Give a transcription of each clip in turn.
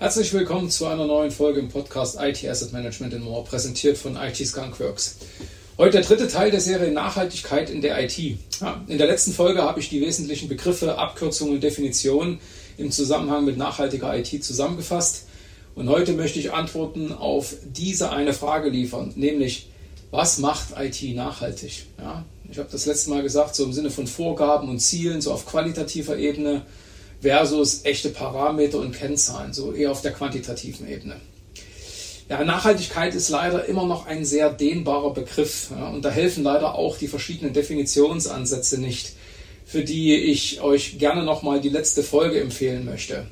Herzlich willkommen zu einer neuen Folge im Podcast IT Asset Management and More, präsentiert von IT Skunkworks. Heute der dritte Teil der Serie Nachhaltigkeit in der IT. In der letzten Folge habe ich die wesentlichen Begriffe, Abkürzungen und Definitionen im Zusammenhang mit nachhaltiger IT zusammengefasst. Und heute möchte ich Antworten auf diese eine Frage liefern, nämlich: Was macht IT nachhaltig? Ich habe das letzte Mal gesagt, so im Sinne von Vorgaben und Zielen, so auf qualitativer Ebene versus echte Parameter und Kennzahlen, so eher auf der quantitativen Ebene. Ja, Nachhaltigkeit ist leider immer noch ein sehr dehnbarer Begriff, und da helfen leider auch die verschiedenen Definitionsansätze nicht, für die ich euch gerne nochmal die letzte Folge empfehlen möchte.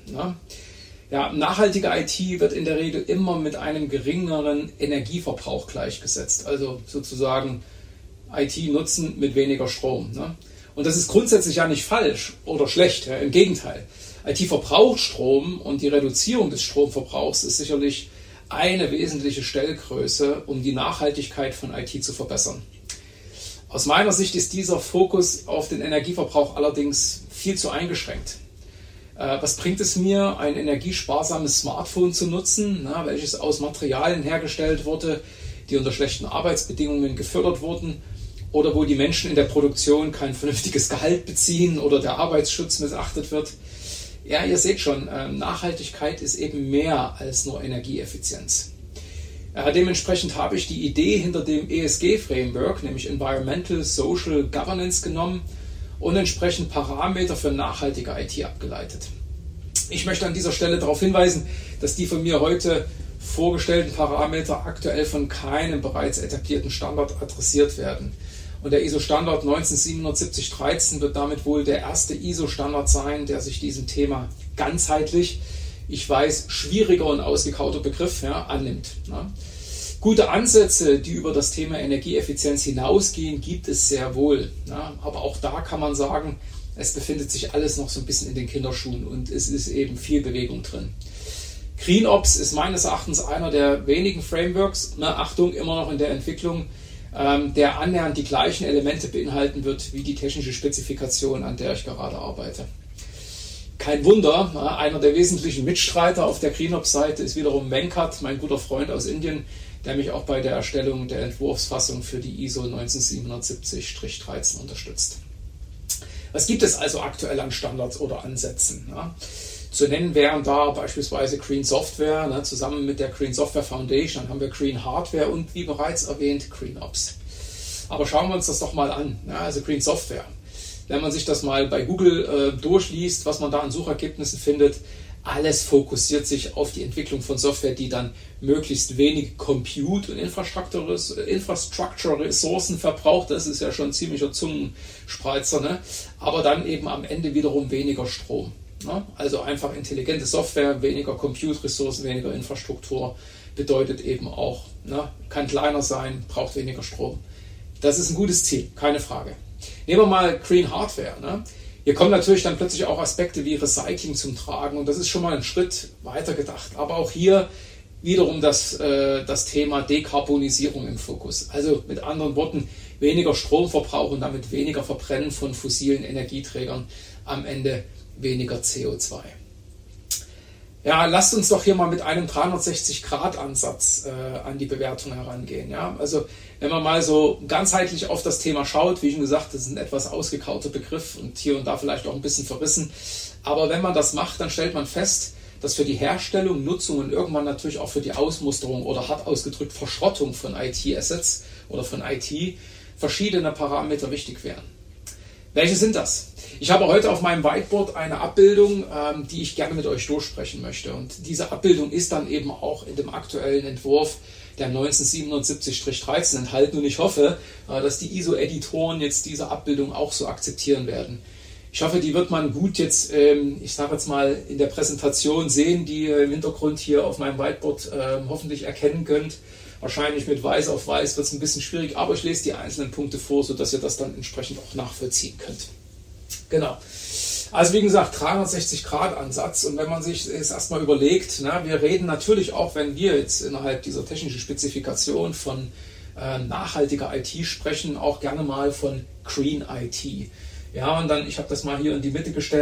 Ja, nachhaltige IT wird in der Regel immer mit einem geringeren Energieverbrauch gleichgesetzt, also sozusagen IT-Nutzen mit weniger Strom. Und das ist grundsätzlich ja nicht falsch oder schlecht, im Gegenteil. IT verbraucht Strom und die Reduzierung des Stromverbrauchs ist sicherlich eine wesentliche Stellgröße, um die Nachhaltigkeit von IT zu verbessern. Aus meiner Sicht ist dieser Fokus auf den Energieverbrauch allerdings viel zu eingeschränkt. Was bringt es mir, ein energiesparsames Smartphone zu nutzen, welches aus Materialien hergestellt wurde, die unter schlechten Arbeitsbedingungen gefördert wurden, oder wo die Menschen in der Produktion kein vernünftiges Gehalt beziehen oder der Arbeitsschutz missachtet wird? Ja, ihr seht schon, Nachhaltigkeit ist eben mehr als nur Energieeffizienz. Dementsprechend habe ich die Idee hinter dem ESG-Framework, nämlich Environmental Social Governance, genommen und entsprechend Parameter für nachhaltige IT abgeleitet. Ich möchte an dieser Stelle darauf hinweisen, dass die von mir heute vorgestellten Parameter aktuell von keinem bereits etablierten Standard adressiert werden. Und der ISO-Standard 19713 wird damit wohl der erste ISO-Standard sein, der sich diesem Thema ganzheitlich, ich weiß, schwieriger und ausgekauter Begriff, annimmt. Gute Ansätze, die über das Thema Energieeffizienz hinausgehen, gibt es sehr wohl. Aber auch da kann man sagen, es befindet sich alles noch so ein bisschen in den Kinderschuhen und es ist eben viel Bewegung drin. GreenOps ist meines Erachtens einer der wenigen Frameworks, Achtung, immer noch in der Entwicklung, der annähernd die gleichen Elemente beinhalten wird wie die technische Spezifikation, an der ich gerade arbeite. Kein Wunder, einer der wesentlichen Mitstreiter auf der GreenOps-Seite ist wiederum Venkat, mein guter Freund aus Indien, der mich auch bei der Erstellung der Entwurfsfassung für die ISO 19770-13 unterstützt. Was gibt es also aktuell an Standards oder Ansätzen? Zu nennen wären da beispielsweise Green Software, zusammen mit der Green Software Foundation. Dann haben wir Green Hardware und, wie bereits erwähnt, GreenOps. Aber schauen wir uns das doch mal an. Also Green Software. Wenn man sich das mal bei Google durchliest, was man da an Suchergebnissen findet, alles fokussiert sich auf die Entwicklung von Software, die dann möglichst wenig Compute- und Infrastructure-Ressourcen verbraucht. Das ist ja schon ein ziemlicher Zungenspreizer, aber dann eben am Ende wiederum weniger Strom. Also einfach intelligente Software, weniger Compute-Ressourcen, weniger Infrastruktur, bedeutet eben auch, kann kleiner sein, braucht weniger Strom. Das ist ein gutes Ziel, keine Frage. Nehmen wir mal Green Hardware. Hier kommen natürlich dann plötzlich auch Aspekte wie Recycling zum Tragen und das ist schon mal ein Schritt weiter gedacht. Aber auch hier wiederum das Thema Dekarbonisierung im Fokus. Also mit anderen Worten, weniger Stromverbrauch und damit weniger Verbrennen von fossilen Energieträgern, am Ende weniger CO2. Ja, lasst uns doch hier mal mit einem 360-Grad-Ansatz an die Bewertung herangehen. Also wenn man mal so ganzheitlich auf das Thema schaut, wie schon gesagt, das ist ein etwas ausgekauter Begriff und hier und da vielleicht auch ein bisschen verrissen. Aber wenn man das macht, dann stellt man fest, dass für die Herstellung, Nutzung und irgendwann natürlich auch für die Ausmusterung oder hart ausgedrückt Verschrottung von IT-Assets oder von IT verschiedene Parameter wichtig wären. Welche sind das? Ich habe heute auf meinem Whiteboard eine Abbildung, die ich gerne mit euch durchsprechen möchte. Und diese Abbildung ist dann eben auch in dem aktuellen Entwurf der 19770-13 enthalten. Und ich hoffe, dass die ISO-Editoren jetzt diese Abbildung auch so akzeptieren werden. Ich hoffe, die wird man gut jetzt, ich sage jetzt mal, in der Präsentation sehen, die ihr im Hintergrund hier auf meinem Whiteboard hoffentlich erkennen könnt. Wahrscheinlich mit weiß auf weiß wird es ein bisschen schwierig, aber ich lese die einzelnen Punkte vor, sodass ihr das dann entsprechend auch nachvollziehen könnt. Genau. Also wie gesagt, 360-Grad-Ansatz, und wenn man sich es erstmal überlegt, wir reden natürlich auch, wenn wir jetzt innerhalb dieser technischen Spezifikation von nachhaltiger IT sprechen, auch gerne mal von Green IT. Ja, und dann, ich habe das mal hier in die Mitte gestellt,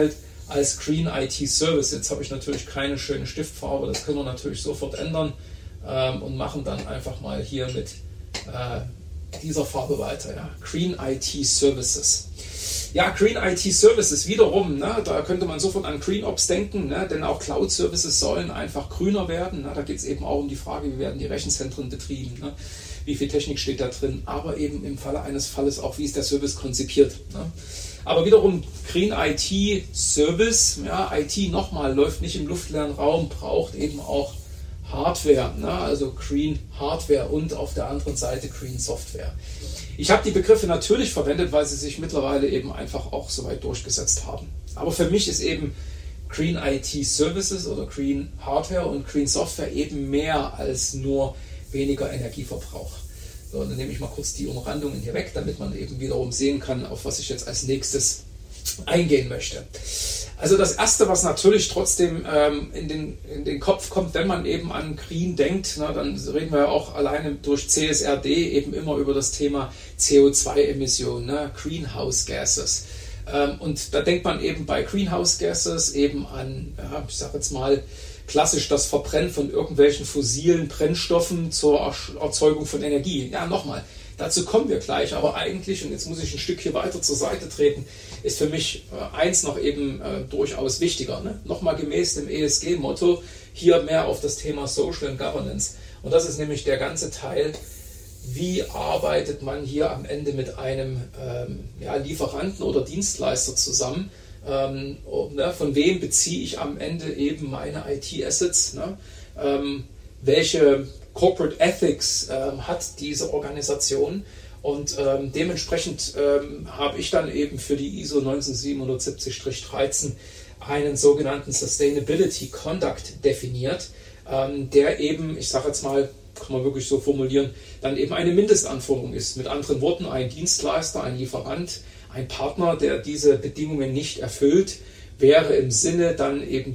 als Green IT Service. Jetzt habe ich natürlich keine schöne Stiftfarbe, das können wir natürlich sofort ändern und machen dann einfach mal hier mit dieser Farbe weiter. Ja. Green IT Services. Ja, Green IT Services wiederum, ne, da könnte man sofort an GreenOps denken, ne, denn auch Cloud Services sollen einfach grüner werden. Ne, da geht es eben auch um die Frage, wie werden die Rechenzentren betrieben, ne, wie viel Technik steht da drin, aber eben im Falle eines Falles auch, wie ist der Service konzipiert. Ne. Aber wiederum Green IT Service, ja, IT nochmal, läuft nicht im luftleeren Raum, braucht eben auch Hardware, ne, also Green Hardware und auf der anderen Seite Green Software. Ich habe die Begriffe natürlich verwendet, weil sie sich mittlerweile eben einfach auch soweit durchgesetzt haben. Aber für mich ist eben Green IT Services oder Green Hardware und Green Software eben mehr als nur weniger Energieverbrauch. So, dann nehme ich mal kurz die Umrandungen hier weg, damit man eben wiederum sehen kann, auf was ich jetzt als nächstes eingehen möchte. Also das Erste, was natürlich trotzdem in den Kopf kommt, wenn man eben an Green denkt, na, dann reden wir ja auch alleine durch CSRD eben immer über das Thema CO2-Emissionen, ne, Greenhouse Gases. Und da denkt man eben bei Greenhouse Gases eben an, ja, ich sage jetzt mal, klassisch das Verbrennen von irgendwelchen fossilen Brennstoffen zur Erzeugung von Energie. Ja, nochmal. Dazu kommen wir gleich, aber eigentlich, und jetzt muss ich ein Stück hier weiter zur Seite treten, ist für mich eins noch eben durchaus wichtiger. Ne? Nochmal gemäß dem ESG-Motto, hier mehr auf das Thema Social and Governance. Und das ist nämlich der ganze Teil, wie arbeitet man hier am Ende mit einem Lieferanten oder Dienstleister zusammen. Von wem beziehe ich am Ende eben meine IT-Assets? Ne? Welche Corporate Ethics hat diese Organisation und dementsprechend habe ich dann eben für die ISO 19770-13 einen sogenannten Sustainability Conduct definiert, der eben, ich sage jetzt mal, kann man wirklich so formulieren, dann eben eine Mindestanforderung ist. Mit anderen Worten, ein Dienstleister, ein Lieferant, ein Partner, der diese Bedingungen nicht erfüllt, wäre im Sinne dann eben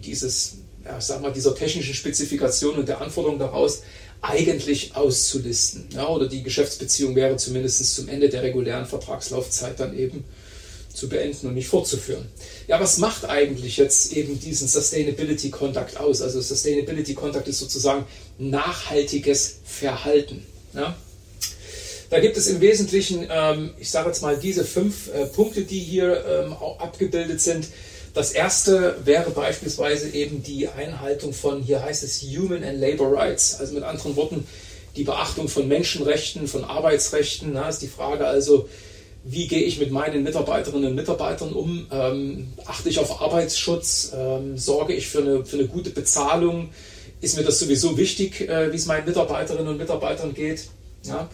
dieser technischen Spezifikation und der Anforderung daraus eigentlich auszulisten. Ja, oder die Geschäftsbeziehung wäre zumindest zum Ende der regulären Vertragslaufzeit dann eben zu beenden und nicht fortzuführen. Ja, was macht eigentlich jetzt eben diesen Sustainability Conduct aus? Also Sustainability Conduct ist sozusagen nachhaltiges Verhalten. Ja? Da gibt es im Wesentlichen, ich sage jetzt mal, diese 5 Punkte, die hier auch abgebildet sind. Das erste wäre beispielsweise eben die Einhaltung von, hier heißt es Human and Labor Rights, also mit anderen Worten die Beachtung von Menschenrechten, von Arbeitsrechten. Da ist die Frage also, wie gehe ich mit meinen Mitarbeiterinnen und Mitarbeitern um? Achte ich auf Arbeitsschutz? Sorge ich für eine gute Bezahlung? Ist mir das sowieso wichtig, wie es meinen Mitarbeiterinnen und Mitarbeitern geht? Ja?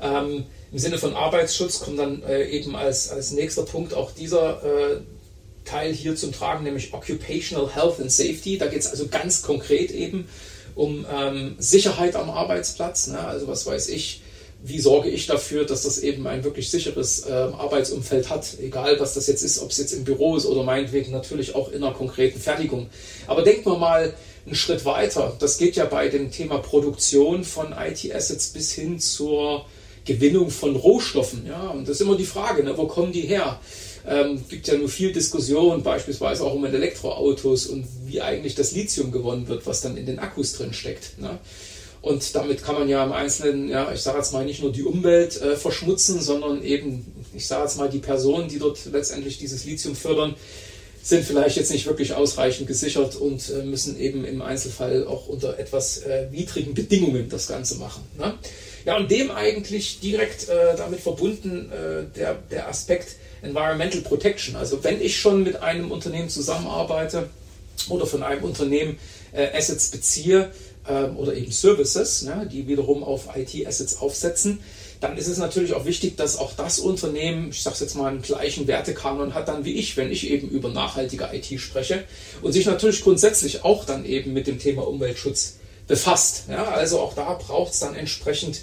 Im Sinne von Arbeitsschutz kommt dann eben als nächster Punkt auch dieser Teil hier zum Tragen, nämlich Occupational Health and Safety. Da geht es also ganz konkret eben um Sicherheit am Arbeitsplatz. Ne? Also was weiß ich, wie sorge ich dafür, dass das eben ein wirklich sicheres Arbeitsumfeld hat, egal was das jetzt ist, ob es jetzt im Büro ist oder meinetwegen natürlich auch in einer konkreten Fertigung. Aber denken wir mal einen Schritt weiter. Das geht ja bei dem Thema Produktion von IT-Assets bis hin zur Gewinnung von Rohstoffen. Ja? Und das ist immer die Frage, ne? Wo kommen die her? Gibt ja nur viel Diskussion, beispielsweise auch um Elektroautos und wie eigentlich das Lithium gewonnen wird, was dann in den Akkus drin steckt. Ne? Und damit kann man ja im Einzelnen, ja, ich sage jetzt mal, nicht nur die Umwelt verschmutzen, sondern eben, ich sage jetzt mal, die Personen, die dort letztendlich dieses Lithium fördern, sind vielleicht jetzt nicht wirklich ausreichend gesichert und müssen eben im Einzelfall auch unter etwas widrigen Bedingungen das Ganze machen. Ne? Ja, und dem eigentlich direkt damit verbunden der Aspekt Environmental Protection. Also wenn ich schon mit einem Unternehmen zusammenarbeite oder von einem Unternehmen Assets beziehe oder eben Services, ne, die wiederum auf IT-Assets aufsetzen, dann ist es natürlich auch wichtig, dass auch das Unternehmen, ich sage es jetzt mal, einen gleichen Wertekanon hat dann wie ich, wenn ich eben über nachhaltige IT spreche und sich natürlich grundsätzlich auch dann eben mit dem Thema Umweltschutz befasst. Ja, also auch da braucht es dann entsprechend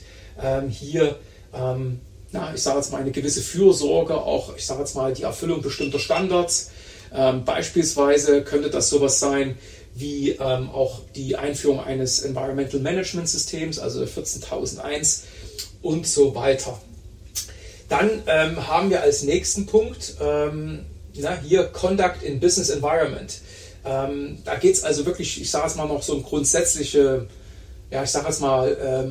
ich sage jetzt mal, eine gewisse Fürsorge, auch, ich sage jetzt mal, die Erfüllung bestimmter Standards. Beispielsweise könnte das sowas sein wie auch die Einführung eines Environmental Management Systems, also 14001 und so weiter. Dann haben wir als nächsten Punkt hier Conduct in Business Environment. Da geht es also wirklich, ich sage jetzt mal noch so um grundsätzliche, ich sage jetzt mal,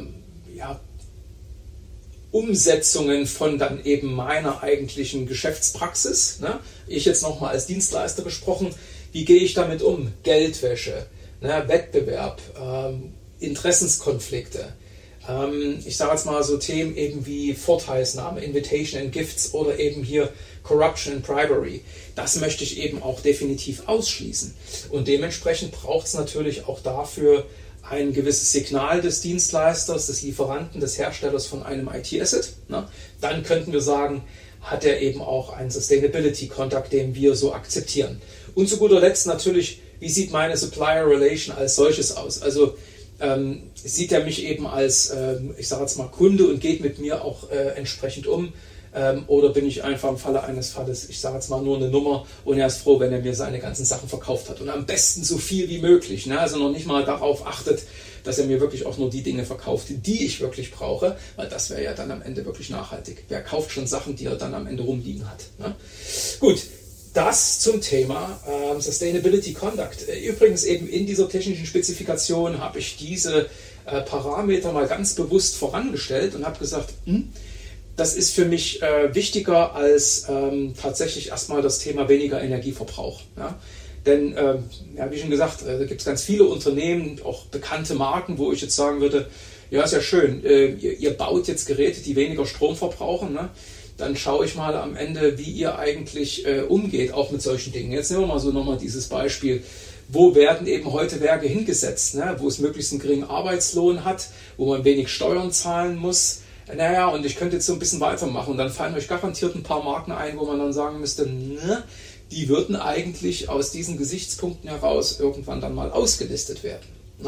Umsetzungen von dann eben meiner eigentlichen Geschäftspraxis. Ne? Ich jetzt nochmal als Dienstleister gesprochen, wie gehe ich damit um? Geldwäsche, Wettbewerb, Interessenskonflikte. Ich sage jetzt mal so Themen eben wie Vorteilsnahme, Invitation and Gifts oder eben hier Corruption and Bribery. Das möchte ich eben auch definitiv ausschließen. Und dementsprechend braucht es natürlich auch dafür ein gewisses Signal des Dienstleisters, des Lieferanten, des Herstellers von einem IT-Asset. Dann könnten wir sagen, hat er eben auch einen Sustainability-Conduct, den wir so akzeptieren. Und zu guter Letzt natürlich, wie sieht meine Supplier Relation als solches aus? Also sieht er mich eben als, ich sage jetzt mal, Kunde und geht mit mir auch entsprechend um? Oder bin ich einfach im Falle eines Falles, ich sage jetzt mal, nur eine Nummer und er ist froh, wenn er mir seine ganzen Sachen verkauft hat. Und am besten so viel wie möglich. Also noch nicht mal darauf achtet, dass er mir wirklich auch nur die Dinge verkauft, die ich wirklich brauche, weil das wäre ja dann am Ende wirklich nachhaltig. Wer kauft schon Sachen, die er dann am Ende rumliegen hat? Gut. Das zum Thema Sustainability Conduct. Übrigens eben in dieser technischen Spezifikation habe ich diese Parameter mal ganz bewusst vorangestellt und habe gesagt, das ist für mich wichtiger als tatsächlich erstmal das Thema weniger Energieverbrauch. Ja? Denn, wie schon gesagt, da gibt es ganz viele Unternehmen, auch bekannte Marken, wo ich jetzt sagen würde, ja, ist ja schön, ihr baut jetzt Geräte, die weniger Strom verbrauchen, ne? Dann schaue ich mal am Ende, wie ihr eigentlich umgeht, auch mit solchen Dingen. Jetzt nehmen wir mal so nochmal dieses Beispiel. Wo werden eben heute Werke hingesetzt, wo es möglichst einen geringen Arbeitslohn hat, wo man wenig Steuern zahlen muss? Und ich könnte jetzt so ein bisschen weitermachen. Und dann fallen euch garantiert ein paar Marken ein, wo man dann sagen müsste, die würden eigentlich aus diesen Gesichtspunkten heraus irgendwann dann mal ausgelistet werden.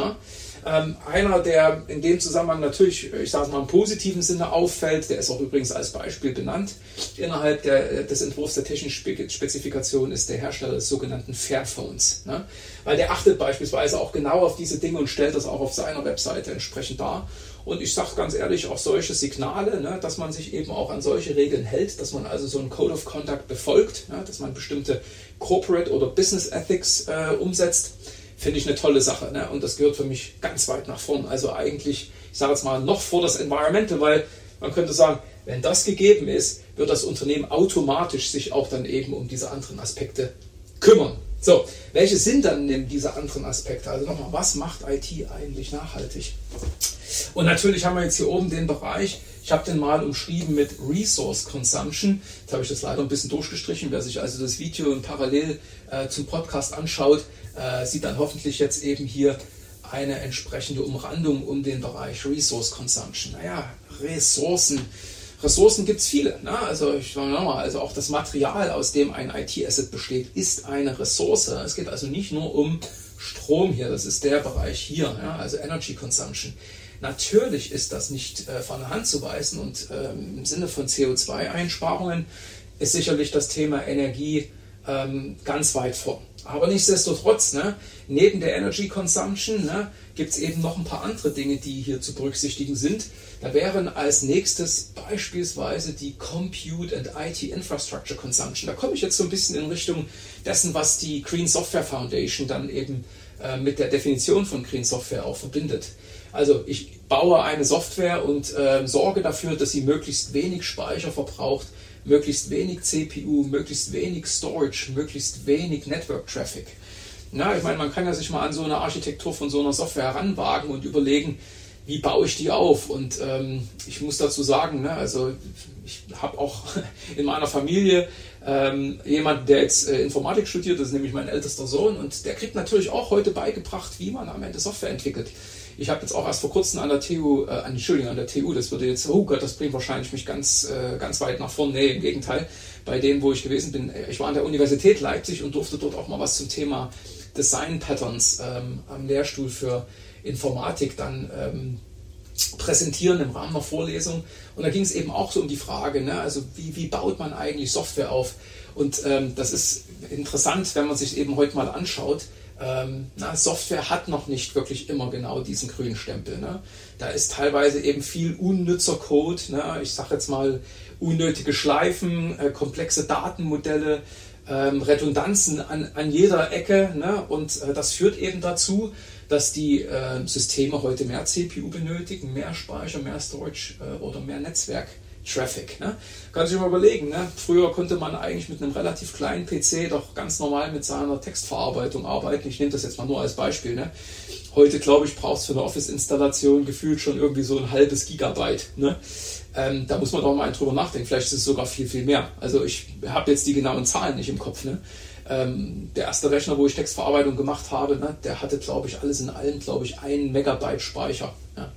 Einer, der in dem Zusammenhang natürlich, ich sage es mal im positiven Sinne auffällt, der ist auch übrigens als Beispiel benannt, innerhalb des Entwurfs der technischen Spezifikation ist der Hersteller des sogenannten Fairphones. Weil der achtet beispielsweise auch genau auf diese Dinge und stellt das auch auf seiner Webseite entsprechend dar. Und ich sage ganz ehrlich, auch solche Signale, dass man sich eben auch an solche Regeln hält, dass man also so einen Code of Conduct befolgt, dass man bestimmte Corporate oder Business Ethics umsetzt, finde ich eine tolle Sache. Und das gehört für mich ganz weit nach vorn. Also eigentlich, ich sage jetzt mal, noch vor das Environmental, weil man könnte sagen, wenn das gegeben ist, wird das Unternehmen automatisch sich auch dann eben um diese anderen Aspekte kümmern. So, welche sind dann diese anderen Aspekte? Also nochmal, was macht IT eigentlich nachhaltig? Und natürlich haben wir jetzt hier oben den Bereich, ich habe den mal umschrieben mit Resource Consumption. Jetzt habe ich das leider ein bisschen durchgestrichen. Wer sich also das Video parallel zum Podcast anschaut, sieht dann hoffentlich jetzt eben hier eine entsprechende Umrandung um den Bereich Resource Consumption. Ressourcen gibt es viele. Also also auch das Material, aus dem ein IT-Asset besteht, ist eine Ressource. Es geht also nicht nur um Strom hier, das ist der Bereich hier, also Energy Consumption. Natürlich ist das nicht von der Hand zu weisen und im Sinne von CO2-Einsparungen ist sicherlich das Thema Energie ganz weit vorn. Aber nichtsdestotrotz, neben der Energy Consumption gibt es eben noch ein paar andere Dinge, die hier zu berücksichtigen sind. Da wären als nächstes beispielsweise die Compute and IT Infrastructure Consumption. Da komme ich jetzt so ein bisschen in Richtung dessen, was die Green Software Foundation dann eben mit der Definition von Green Software auch verbindet. Also ich baue eine Software und sorge dafür, dass sie möglichst wenig Speicher verbraucht, möglichst wenig CPU, möglichst wenig Storage, möglichst wenig Network Traffic. Ich meine, man kann ja sich mal an so eine Architektur von so einer Software heranwagen und überlegen, wie baue ich die auf? Und ich muss dazu sagen, also ich habe auch in meiner Familie jemanden, der jetzt Informatik studiert, das ist nämlich mein ältester Sohn und der kriegt natürlich auch heute beigebracht, wie man am Ende Software entwickelt. Ich habe jetzt auch erst vor kurzem an der TU, das würde jetzt, oh Gott, das bringt wahrscheinlich mich ganz weit nach vorne. Nee, im Gegenteil. Bei dem, wo ich gewesen bin, ich war an der Universität Leipzig und durfte dort auch mal was zum Thema Design Patterns am Lehrstuhl für Informatik dann präsentieren im Rahmen einer Vorlesung. Und da ging es eben auch so um die Frage, also wie baut man eigentlich Software auf? Und das ist interessant, wenn man sich eben heute mal anschaut. Software hat noch nicht wirklich immer genau diesen grünen Stempel. Da ist teilweise eben viel unnützer Code, ich sage jetzt mal unnötige Schleifen, komplexe Datenmodelle, Redundanzen an jeder Ecke, ne? Und das führt eben dazu, dass die Systeme heute mehr CPU benötigen, mehr Speicher, mehr Storage oder mehr Netzwerk-Traffic. Ne? Kann sich mal überlegen, ne? Früher konnte man eigentlich mit einem relativ kleinen PC doch ganz normal mit seiner Textverarbeitung arbeiten. Ich nehme das jetzt mal nur als Beispiel. Ne? Heute, glaube ich, braucht es für eine Office-Installation gefühlt schon irgendwie so ein halbes Gigabyte. Ne? Da muss man doch mal drüber nachdenken. Vielleicht ist es sogar viel, viel mehr. Also ich habe jetzt die genauen Zahlen nicht im Kopf. Ne? Der erste Rechner, wo ich Textverarbeitung gemacht habe, ne, der hatte, glaube ich, alles in allem, 1 Megabyte Speicher.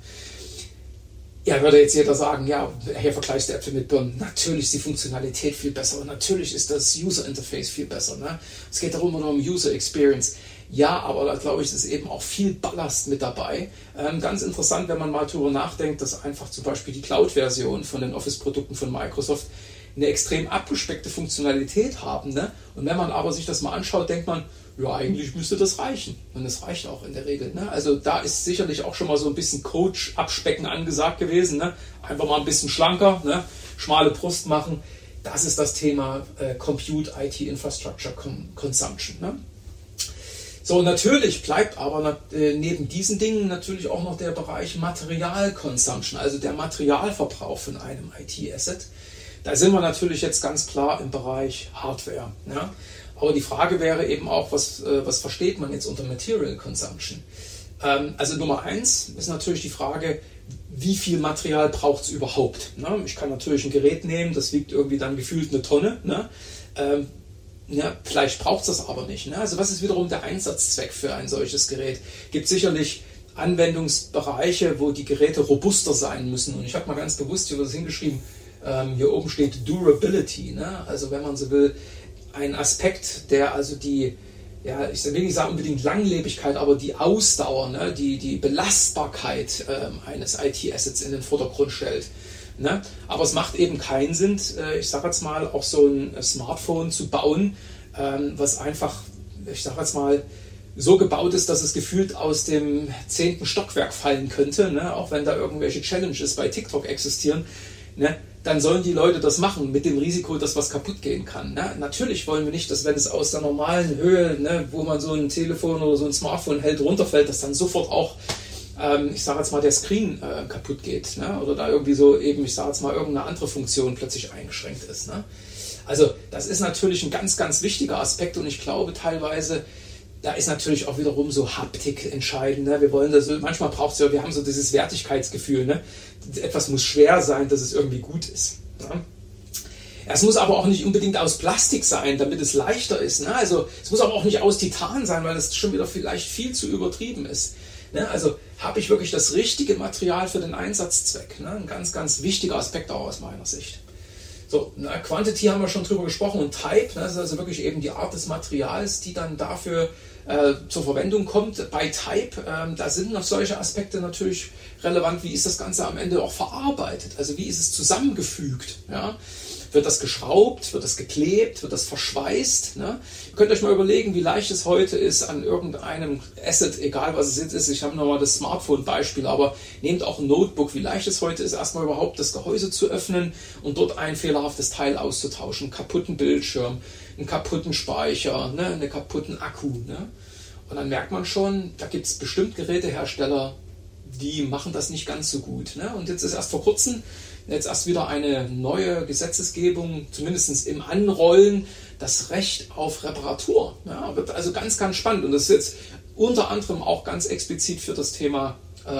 Ja, würde jetzt jeder sagen, ja, hier vergleichst du Äpfel mit Birnen. Natürlich ist die Funktionalität viel besser und natürlich ist das User Interface viel besser. Ne? Es geht darum, um User Experience. Ja, aber da glaube ich, ist eben auch viel Ballast mit dabei. Ganz interessant, wenn man mal darüber nachdenkt, dass einfach zum Beispiel die Cloud-Version von den Office-Produkten von Microsoft eine extrem abgespeckte Funktionalität haben. Ne? Und wenn man aber sich das mal anschaut, denkt man, ja, eigentlich müsste das reichen. Und das reicht auch in der Regel. Ne? Also da ist sicherlich auch schon mal so ein bisschen Coach-Abspecken angesagt gewesen. Ne? Einfach mal ein bisschen schlanker, ne? Schmale Brust machen. Das ist das Thema Compute IT Infrastructure Consumption. Ne? So, natürlich bleibt aber neben diesen Dingen natürlich auch noch der Bereich Material Consumption, also der Materialverbrauch von einem IT-Asset. Da sind wir natürlich jetzt ganz klar im Bereich Hardware. Ja? Aber die Frage wäre eben auch, was versteht man jetzt unter Material Consumption? Also Nummer 1 ist natürlich die Frage, wie viel Material braucht es überhaupt? Ne? Ich kann natürlich ein Gerät nehmen, das wiegt irgendwie dann gefühlt eine Tonne. Ne? Ja, vielleicht braucht es das aber nicht. Ne? Also was ist wiederum der Einsatzzweck für ein solches Gerät? Gibt sicherlich Anwendungsbereiche, wo die Geräte robuster sein müssen. Und ich habe mal ganz bewusst hier was hingeschrieben, hier oben steht Durability. Ne? Also wenn man so will, ein Aspekt, der also die, ja, ich will nicht sagen unbedingt Langlebigkeit, aber die Ausdauer, ne? die Belastbarkeit eines IT-Assets in den Vordergrund stellt. Ne? Aber es macht eben keinen Sinn, ich sage jetzt mal, auch so ein Smartphone zu bauen, was einfach, ich sage jetzt mal, so gebaut ist, dass es gefühlt aus dem 10. Stockwerk fallen könnte, ne? Auch wenn da irgendwelche Challenges bei TikTok existieren, ne? Dann sollen die Leute das machen, mit dem Risiko, dass was kaputt gehen kann. Ne? Natürlich wollen wir nicht, dass wenn es aus der normalen Höhe, ne, wo man so ein Telefon oder so ein Smartphone hält, runterfällt, dass dann sofort auch ich sage jetzt mal, der Screen kaputt geht, ne? Oder da irgendwie so eben, ich sage jetzt mal, irgendeine andere Funktion plötzlich eingeschränkt ist. Ne? Also das ist natürlich ein ganz, ganz wichtiger Aspekt und ich glaube teilweise, da ist natürlich auch wiederum so Haptik entscheidend. Ne? Wir wollen das, manchmal braucht es ja, wir haben so dieses Wertigkeitsgefühl, ne? Etwas muss schwer sein, dass es irgendwie gut ist. Ne? Es muss aber auch nicht unbedingt aus Plastik sein, damit es leichter ist. Ne? Also es muss aber auch nicht aus Titan sein, weil das schon wieder vielleicht viel zu übertrieben ist. Ne? Also habe ich wirklich das richtige Material für den Einsatzzweck. Ne? Ein ganz, ganz wichtiger Aspekt auch aus meiner Sicht. So, Quantity haben wir schon drüber gesprochen und Type, ne? Das ist also wirklich eben die Art des Materials, die dann dafür zur Verwendung kommt. Bei Type, da sind noch solche Aspekte natürlich relevant. Wie ist das Ganze am Ende auch verarbeitet? Also wie ist es zusammengefügt? Ja? Wird das geschraubt? Wird das geklebt? Wird das verschweißt? Ne? Ihr könnt euch mal überlegen, wie leicht es heute ist, an irgendeinem Asset, egal was es jetzt ist, ich habe nochmal das Smartphone-Beispiel, aber nehmt auch ein Notebook, wie leicht es heute ist, erstmal überhaupt das Gehäuse zu öffnen und dort ein fehlerhaftes Teil auszutauschen. Einen kaputten Bildschirm, einen kaputten Speicher, ne? Einen kaputten Akku. Ne? Und dann merkt man schon, da gibt es bestimmt Gerätehersteller, die machen das nicht ganz so gut. Ne? Und jetzt ist erst vor kurzem jetzt erst wieder eine neue Gesetzesgebung, zumindest im Anrollen, das Recht auf Reparatur. Ja, wird also ganz, ganz spannend. Und das ist jetzt unter anderem auch ganz explizit für das Thema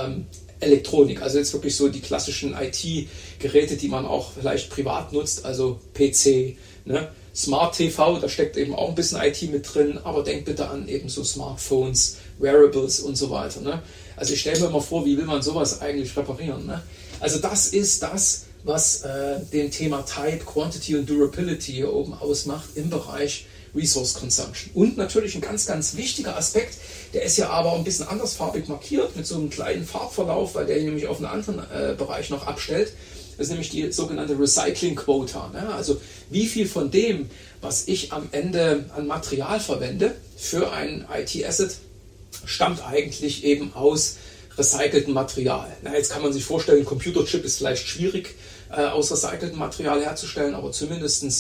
Elektronik. Also jetzt wirklich so die klassischen IT-Geräte, die man auch vielleicht privat nutzt, also PC, ne? Smart TV, da steckt eben auch ein bisschen IT mit drin, aber denkt bitte an eben so Smartphones, Wearables und so weiter. Ne? Also ich stelle mir immer vor, wie will man sowas eigentlich reparieren? Ne? Also das ist das, was dem Thema Type, Quantity und Durability hier oben ausmacht im Bereich Resource Consumption. Und natürlich ein ganz, ganz wichtiger Aspekt, der ist ja aber ein bisschen andersfarbig markiert mit so einem kleinen Farbverlauf, weil der hier nämlich auf einen anderen Bereich noch abstellt. Das ist nämlich die sogenannte Recycling Quota. Ne? Also wie viel von dem, was ich am Ende an Material verwende für ein IT-Asset, stammt eigentlich eben aus recyceltem Material. Na, jetzt kann man sich vorstellen, ein Computerchip ist vielleicht schwierig aus recyceltem Material herzustellen, aber zumindest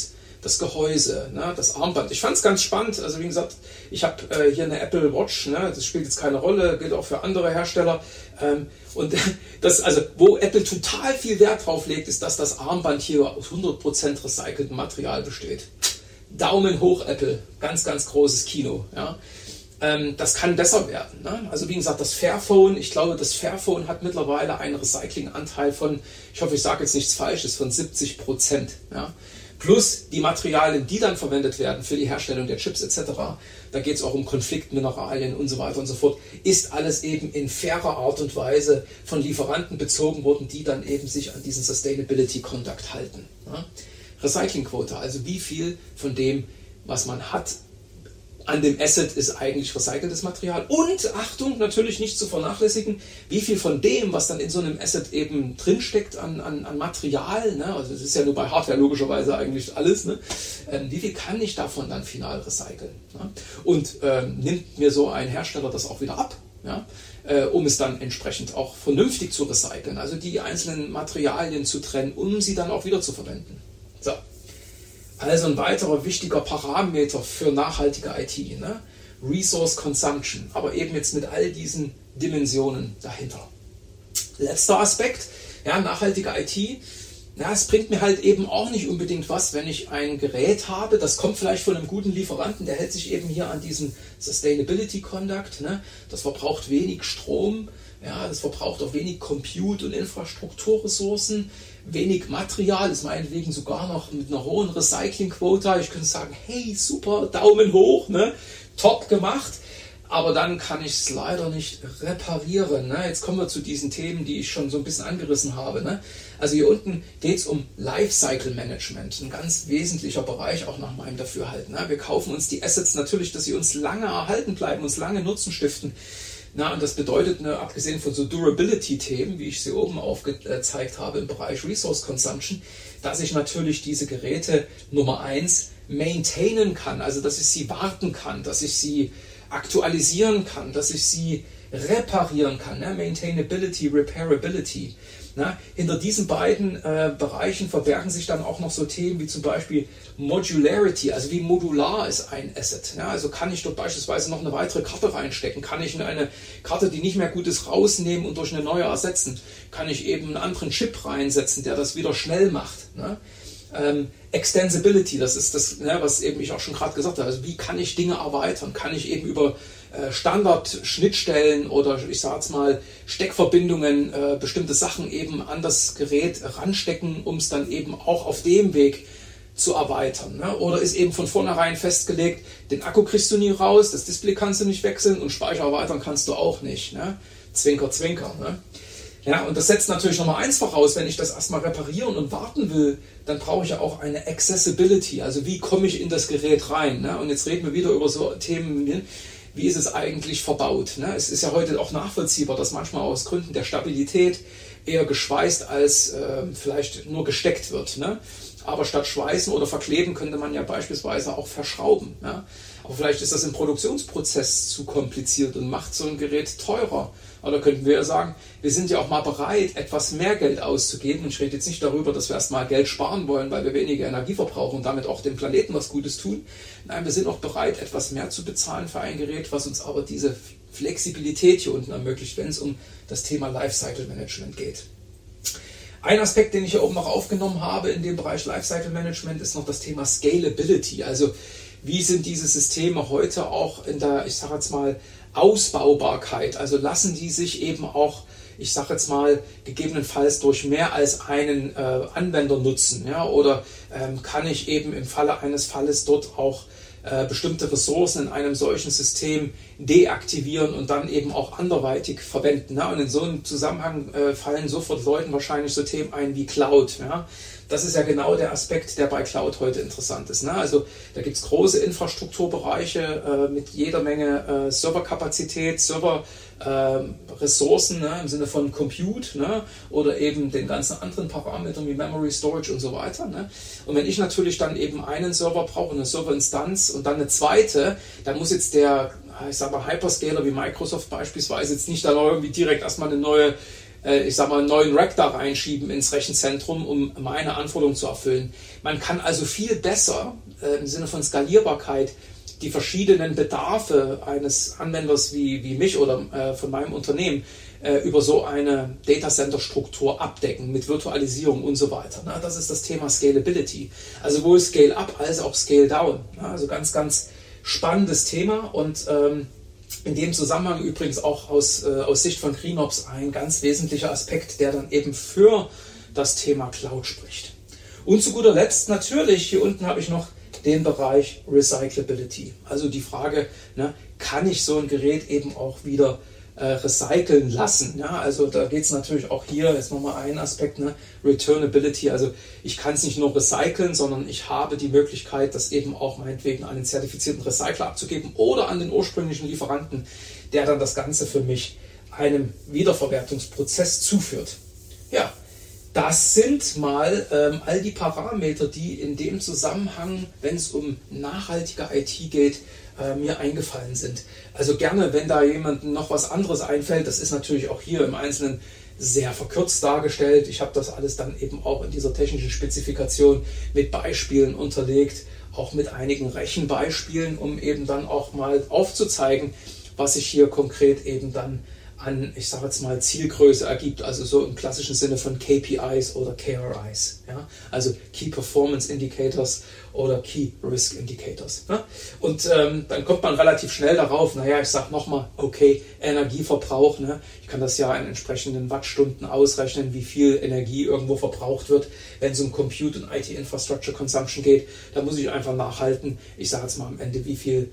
das Gehäuse, ne, das Armband. Ich fand es ganz spannend. Also wie gesagt, ich habe hier eine Apple Watch, ne, das spielt jetzt keine Rolle, gilt auch für andere Hersteller. Und das, also wo Apple total viel Wert drauf legt, ist, dass das Armband hier aus 100% recyceltem Material besteht. Daumen hoch, Apple. Ganz, ganz großes Kino. Ja. Das kann besser werden. Ne? Also wie gesagt, das Fairphone, ich glaube, das Fairphone hat mittlerweile einen Recyclinganteil von, ich hoffe, ich sage jetzt nichts Falsches, von 70%. Ja? Plus die Materialien, die dann verwendet werden für die Herstellung der Chips etc., da geht es auch um Konfliktmineralien und so weiter und so fort, ist alles eben in fairer Art und Weise von Lieferanten bezogen worden, die dann eben sich an diesen Sustainability Conduct halten. Ja? Recyclingquote, also wie viel von dem, was man hat, an dem Asset ist eigentlich recyceltes Material und, Achtung, natürlich nicht zu vernachlässigen, wie viel von dem, was dann in so einem Asset eben drinsteckt an Material, ne? Also das ist ja nur bei Hardware logischerweise eigentlich alles, ne? Wie viel kann ich davon dann final recyceln? Ne? Und nimmt mir so ein Hersteller das auch wieder ab, ja? Um es dann entsprechend auch vernünftig zu recyceln, also die einzelnen Materialien zu trennen, um sie dann auch wieder zu verwenden. So. Also ein weiterer wichtiger Parameter für nachhaltige IT, ne? Resource Consumption, aber eben jetzt mit all diesen Dimensionen dahinter. Letzter Aspekt, ja, nachhaltige IT, ja, es bringt mir halt eben auch nicht unbedingt was, wenn ich ein Gerät habe, das kommt vielleicht von einem guten Lieferanten, der hält sich eben hier an diesen Sustainability Conduct, ne? Das verbraucht wenig Strom, ja, das verbraucht auch wenig Compute- und Infrastrukturressourcen, wenig Material, ist meinetwegen sogar noch mit einer hohen Recyclingquote. Ich könnte sagen, hey, super, Daumen hoch, ne? Top gemacht. Aber dann kann ich es leider nicht reparieren. Ne? Jetzt kommen wir zu diesen Themen, die ich schon so ein bisschen angerissen habe. Ne? Also hier unten geht es um Lifecycle Management, ein ganz wesentlicher Bereich auch nach meinem Dafürhalten. Ne? Wir kaufen uns die Assets natürlich, dass sie uns lange erhalten bleiben, uns lange Nutzen stiften. Na, und das bedeutet, ne, abgesehen von so Durability-Themen, wie ich sie oben aufgezeigt habe im Bereich Resource Consumption, dass ich natürlich diese Geräte Nummer 1 maintainen kann, also dass ich sie warten kann, dass ich sie aktualisieren kann, dass ich sie reparieren kann, ne? Maintainability, Repairability. Na, hinter diesen beiden Bereichen verbergen sich dann auch noch so Themen wie zum Beispiel Modularity, also wie modular ist ein Asset. Ja, also kann ich dort beispielsweise noch eine weitere Karte reinstecken, kann ich eine Karte, die nicht mehr gut ist, rausnehmen und durch eine neue ersetzen, kann ich eben einen anderen Chip reinsetzen, der das wieder schnell macht. Ne? Extensibility, das ist das, ne, was eben ich auch schon gerade gesagt habe, also wie kann ich Dinge erweitern, kann ich eben über Standard-Schnittstellen oder ich sage jetzt mal Steckverbindungen bestimmte Sachen eben an das Gerät ranstecken, um es dann eben auch auf dem Weg zu erweitern. Ne? Oder ist eben von vornherein festgelegt, den Akku kriegst du nie raus, das Display kannst du nicht wechseln und Speicher erweitern kannst du auch nicht. Ne? Zwinker, zwinker. Ne? Ja, und das setzt natürlich nochmal eins voraus, wenn ich das erstmal reparieren und warten will, dann brauche ich ja auch eine Accessibility, also wie komme ich in das Gerät rein. Ne? Und jetzt reden wir wieder über so Themen, wie ist es eigentlich verbaut. Ne? Es ist ja heute auch nachvollziehbar, dass manchmal aus Gründen der Stabilität eher geschweißt als vielleicht nur gesteckt wird. Ne? Aber statt schweißen oder verkleben könnte man ja beispielsweise auch verschrauben. Ja? Aber vielleicht ist das im Produktionsprozess zu kompliziert und macht so ein Gerät teurer. Oder könnten wir ja sagen, wir sind ja auch mal bereit, etwas mehr Geld auszugeben. Und ich rede jetzt nicht darüber, dass wir erstmal Geld sparen wollen, weil wir weniger Energie verbrauchen und damit auch dem Planeten was Gutes tun. Nein, wir sind auch bereit, etwas mehr zu bezahlen für ein Gerät, was uns aber diese Flexibilität hier unten ermöglicht, wenn es um das Thema Lifecycle Management geht. Ein Aspekt, den ich hier oben noch aufgenommen habe in dem Bereich Lifecycle Management, ist noch das Thema Scalability. Also wie sind diese Systeme heute auch in der, ich sage jetzt mal, Ausbaubarkeit, also lassen die sich eben auch, ich sage jetzt mal, gegebenenfalls durch mehr als einen Anwender nutzen, ja? Oder kann ich eben im Falle eines Falles dort auch bestimmte Ressourcen in einem solchen System deaktivieren und dann eben auch anderweitig verwenden. Ne? Und in so einem Zusammenhang fallen sofort Leuten wahrscheinlich so Themen ein wie Cloud. Ja? Das ist ja genau der Aspekt, der bei Cloud heute interessant ist. Ne? Also da gibt es große Infrastrukturbereiche mit jeder Menge Serverkapazität, Serverressourcen, ne? Im Sinne von Compute, ne? Oder eben den ganzen anderen Parametern wie Memory, Storage und so weiter. Ne? Und wenn ich natürlich dann eben einen Server brauche, eine Serverinstanz und dann eine zweite, dann muss jetzt der, ich sage mal, Hyperscaler wie Microsoft beispielsweise jetzt nicht dann irgendwie direkt erstmal eine neue ich sag mal, einen neuen Rack da reinschieben ins Rechenzentrum, um meine Anforderungen zu erfüllen. Man kann also viel besser im Sinne von Skalierbarkeit die verschiedenen Bedarfe eines Anwenders wie mich oder von meinem Unternehmen über so eine Datacenter-Struktur abdecken mit Virtualisierung und so weiter. Na, das ist das Thema Scalability. Also sowohl Scale-up als auch Scale-down. Also ganz, ganz spannendes Thema und in dem Zusammenhang übrigens auch aus Sicht von GreenOps ein ganz wesentlicher Aspekt, der dann eben für das Thema Cloud spricht. Und zu guter Letzt natürlich, hier unten habe ich noch den Bereich Recyclability. Also die Frage, ne, kann ich so ein Gerät eben auch wieder recyceln lassen? Ja, also da geht es natürlich auch hier, jetzt nochmal ein Aspekt, ne, Returnability. Also ich kann es nicht nur recyceln, sondern ich habe die Möglichkeit, das eben auch meinetwegen an den zertifizierten Recycler abzugeben oder an den ursprünglichen Lieferanten, der dann das Ganze für mich einem Wiederverwertungsprozess zuführt. Ja, das sind mal all die Parameter, die in dem Zusammenhang, wenn es um nachhaltige IT geht, mir eingefallen sind. Also gerne, wenn da jemandem noch was anderes einfällt, das ist natürlich auch hier im Einzelnen sehr verkürzt dargestellt. Ich habe das alles dann eben auch in dieser technischen Spezifikation mit Beispielen unterlegt, auch mit einigen Rechenbeispielen, um eben dann auch mal aufzuzeigen, was sich hier konkret eben dann an, ich sage jetzt mal, Zielgröße ergibt, also so im klassischen Sinne von KPIs oder KRIs, ja? Also Key Performance Indicators oder Key Risk Indicators. Ja? Und dann kommt man relativ schnell darauf, naja, ich sage nochmal, okay, Energieverbrauch, ne? Ich kann das ja in entsprechenden Wattstunden ausrechnen, wie viel Energie irgendwo verbraucht wird, wenn es um Compute und IT-Infrastructure Consumption geht. Da muss ich einfach nachhalten, ich sage jetzt mal am Ende, wie viel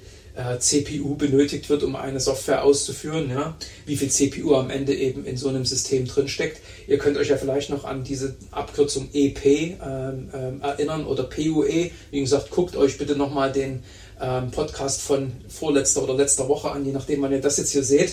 CPU benötigt wird, um eine Software auszuführen, ja? Wie viel CPU am Ende eben in so einem System drinsteckt. Ihr könnt euch ja vielleicht noch an diese Abkürzung EP erinnern oder PUE. Wie gesagt, guckt euch bitte nochmal den Podcast von vorletzter oder letzter Woche an, je nachdem, wann ihr das jetzt hier seht.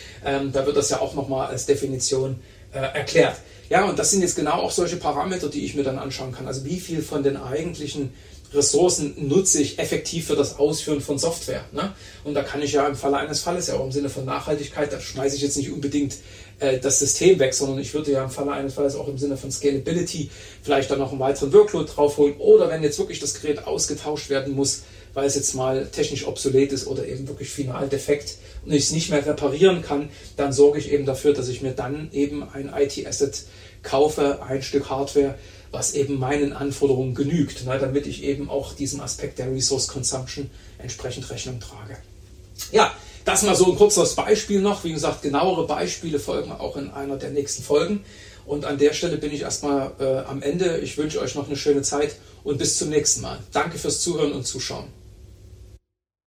Da wird das ja auch nochmal als Definition erklärt. Ja, und das sind jetzt genau auch solche Parameter, die ich mir dann anschauen kann. Also wie viel von den eigentlichen Ressourcen nutze ich effektiv für das Ausführen von Software. Ne? Und da kann ich ja im Falle eines Falles, ja auch im Sinne von Nachhaltigkeit, da schmeiße ich jetzt nicht unbedingt das System weg, sondern ich würde ja im Falle eines Falles auch im Sinne von Scalability vielleicht dann noch einen weiteren Workload draufholen oder wenn jetzt wirklich das Gerät ausgetauscht werden muss, weil es jetzt mal technisch obsolet ist oder eben wirklich final defekt und ich es nicht mehr reparieren kann, dann sorge ich eben dafür, dass ich mir dann eben ein IT-Asset kaufe, ein Stück Hardware, was eben meinen Anforderungen genügt, ne, damit ich eben auch diesem Aspekt der Resource Consumption entsprechend Rechnung trage. Ja, das mal so ein kurzes Beispiel noch. Wie gesagt, genauere Beispiele folgen auch in einer der nächsten Folgen. Und an der Stelle bin ich erstmal am Ende. Ich wünsche euch noch eine schöne Zeit und bis zum nächsten Mal. Danke fürs Zuhören und Zuschauen.